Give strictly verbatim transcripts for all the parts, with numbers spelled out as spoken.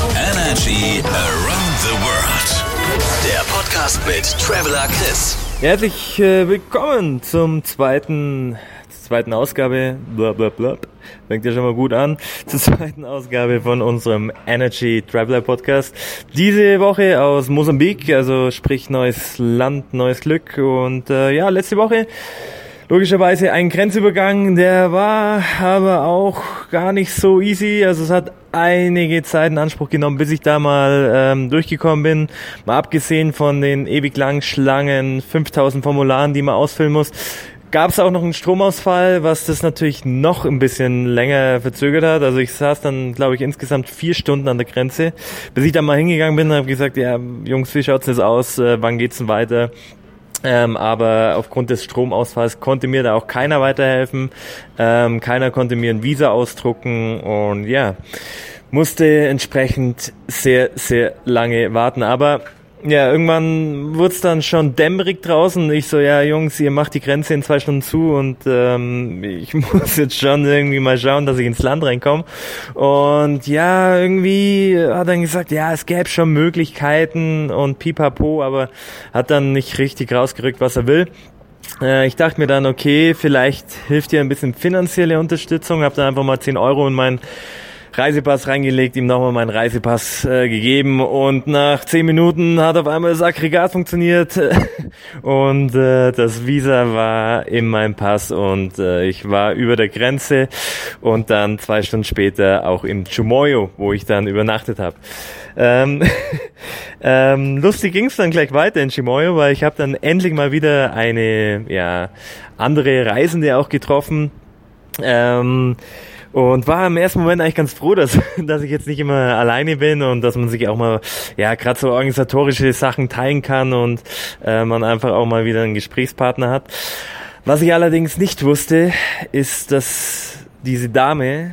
Energy Around the World. Der Podcast mit Traveler Chris. Herzlich äh, willkommen zum zweiten, zur zweiten Ausgabe, blablabla, fängt ja schon mal gut an, zur zweiten Ausgabe von unserem Energy Traveler Podcast. Diese Woche aus Mosambik, also sprich neues Land, neues Glück und äh, ja, letzte Woche logischerweise ein Grenzübergang, der war aber auch gar nicht so easy, also es hat einige Zeit in Anspruch genommen, bis ich da mal ähm, durchgekommen bin. Mal abgesehen von den ewig langen Schlangen, fünftausend Formularen, die man ausfüllen muss, gab es auch noch einen Stromausfall, was das natürlich noch ein bisschen länger verzögert hat. Also ich saß dann, glaube ich, insgesamt vier Stunden an der Grenze, bis ich dann mal hingegangen bin und habe gesagt, ja Jungs, wie schaut's denn aus, äh, wann geht's denn weiter? Ähm, aber aufgrund des Stromausfalls konnte mir da auch keiner weiterhelfen. Ähm, keiner konnte mir ein Visa ausdrucken und ja, musste entsprechend sehr, sehr lange warten. Aber ja, irgendwann wurde es dann schon dämmerig draußen. Ich so, ja Jungs, ihr macht die Grenze in zwei Stunden zu und ähm, ich muss jetzt schon irgendwie mal schauen, dass ich ins Land reinkomme. Und ja, irgendwie hat er gesagt, ja, es gäbe schon Möglichkeiten und pipapo, aber hat dann nicht richtig rausgerückt, was er will. Äh, ich dachte mir dann, okay, vielleicht hilft dir ein bisschen finanzielle Unterstützung. Hab dann einfach mal zehn Euro in meinen Reisepass reingelegt, ihm nochmal meinen Reisepass äh, gegeben und nach zehn Minuten hat auf einmal das Aggregat funktioniert und äh, das Visa war in meinem Pass und äh, ich war über der Grenze und dann zwei Stunden später auch im Chimoio, wo ich dann übernachtet habe. Ähm, ähm, lustig ging's dann gleich weiter in Chimoio, weil ich habe dann endlich mal wieder eine ja andere Reisende auch getroffen. Ähm, Und war im ersten Moment eigentlich ganz froh, dass, dass ich jetzt nicht immer alleine bin und dass man sich auch mal, ja, gerade so organisatorische Sachen teilen kann und äh, man einfach auch mal wieder einen Gesprächspartner hat. Was ich allerdings nicht wusste, ist, dass diese Dame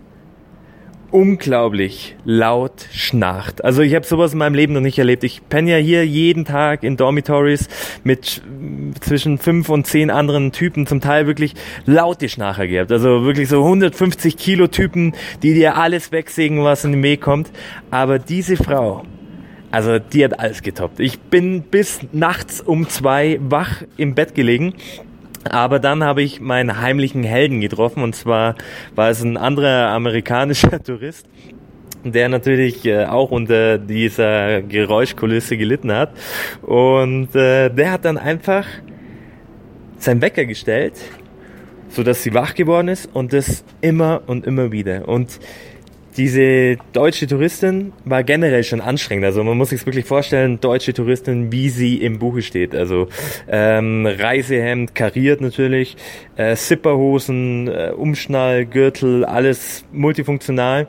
unglaublich laut schnarcht. Also ich habe sowas in meinem Leben noch nicht erlebt. Ich penne ja hier jeden Tag in Dormitories mit zwischen fünf und zehn anderen Typen, zum Teil wirklich laute Schnarcher gehabt. Also wirklich so hundertfünfzig Kilo Typen, die dir alles wegsägen, was in den Weg kommt. Aber diese Frau, also die hat alles getoppt. Ich bin bis nachts um zwei wach im Bett gelegen. Aber dann habe ich meinen heimlichen Helden getroffen und zwar war es ein anderer amerikanischer Tourist, der natürlich äh, auch unter dieser Geräuschkulisse gelitten hat und äh, der hat dann einfach seinen Wecker gestellt, so dass sie wach geworden ist und das immer und immer wieder und diese deutsche Touristin war generell schon anstrengend. Also man muss sich wirklich vorstellen, deutsche Touristin, wie sie im Buche steht. Also ähm, Reisehemd, kariert natürlich, äh, Zipperhosen, äh, Umschnall, Gürtel, alles multifunktional.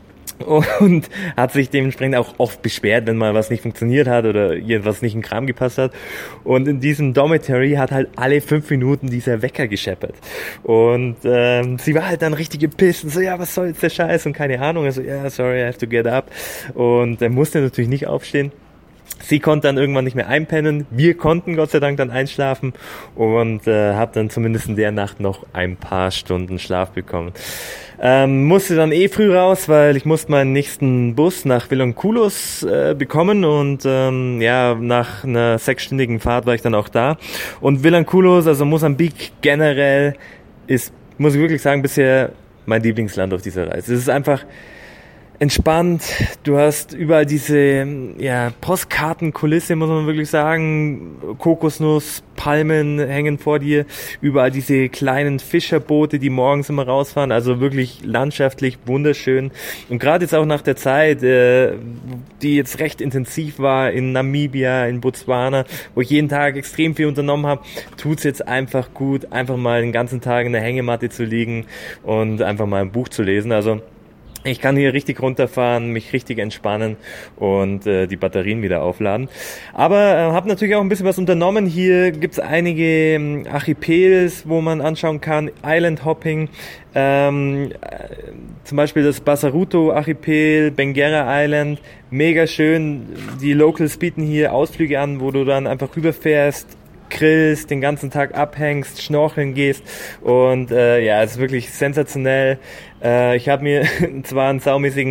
Und hat sich dementsprechend auch oft beschwert, wenn mal was nicht funktioniert hat oder ihr was nicht in den Kram gepasst hat. Und in diesem Dormitory hat halt alle fünf Minuten dieser Wecker gescheppert. Und ähm, sie war halt dann richtig gepisst und so, ja, was soll jetzt der Scheiß und keine Ahnung. Also, ja, sorry, I have to get up. Und er musste natürlich nicht aufstehen. Sie konnte dann irgendwann nicht mehr einpennen. Wir konnten Gott sei Dank dann einschlafen und äh, habe dann zumindest in der Nacht noch ein paar Stunden Schlaf bekommen. Ähm, musste dann eh früh raus, weil ich musste meinen nächsten Bus nach Vilanculos äh, bekommen und ähm, ja, nach einer sechsstündigen Fahrt war ich dann auch da. Und Vilanculos, also Mosambik generell, ist, muss ich wirklich sagen, bisher mein Lieblingsland auf dieser Reise. Es ist einfach entspannt, du hast überall diese ja, Postkartenkulisse, muss man wirklich sagen, Kokosnuss, Palmen hängen vor dir, überall diese kleinen Fischerboote, die morgens immer rausfahren, also wirklich landschaftlich wunderschön und gerade jetzt auch nach der Zeit, äh, die jetzt recht intensiv war in Namibia, in Botswana, wo ich jeden Tag extrem viel unternommen habe, tut's jetzt einfach gut, einfach mal den ganzen Tag in der Hängematte zu liegen und einfach mal ein Buch zu lesen, also ich kann hier richtig runterfahren, mich richtig entspannen und äh, die Batterien wieder aufladen. Aber äh, habe natürlich auch ein bisschen was unternommen. Hier gibt's einige ähm, Archipels, wo man anschauen kann. Island Hopping, ähm, äh, zum Beispiel das Basaruto Archipel, Benguera Island. Mega schön. Die Locals bieten hier Ausflüge an, wo du dann einfach rüberfährst, grillst, den ganzen Tag abhängst, schnorcheln gehst und äh, ja, es ist wirklich sensationell. Äh, ich habe mir zwar einen saumäßigen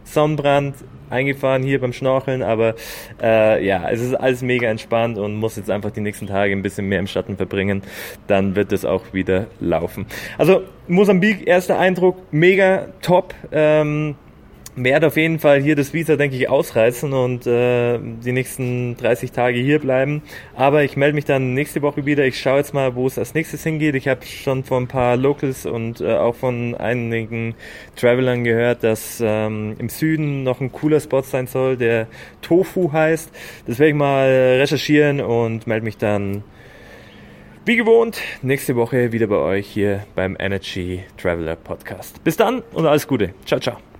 Sonnenbrand eingefahren hier beim Schnorcheln, aber äh, ja, es ist alles mega entspannt und muss jetzt einfach die nächsten Tage ein bisschen mehr im Schatten verbringen, dann wird es auch wieder laufen. Also Mosambik, erster Eindruck, mega top, ähm, werde auf jeden Fall hier das Visa, denke ich, ausreizen und äh, die nächsten dreißig Tage hier bleiben. Aber ich melde mich dann nächste Woche wieder. Ich schaue jetzt mal, wo es als nächstes hingeht. Ich habe schon von ein paar Locals und äh, auch von einigen Travelern gehört, dass ähm, im Süden noch ein cooler Spot sein soll, der Tofu heißt. Das werde ich mal recherchieren und melde mich dann wie gewohnt nächste Woche wieder bei euch hier beim Energy Traveler Podcast. Bis dann und alles Gute. Ciao, ciao.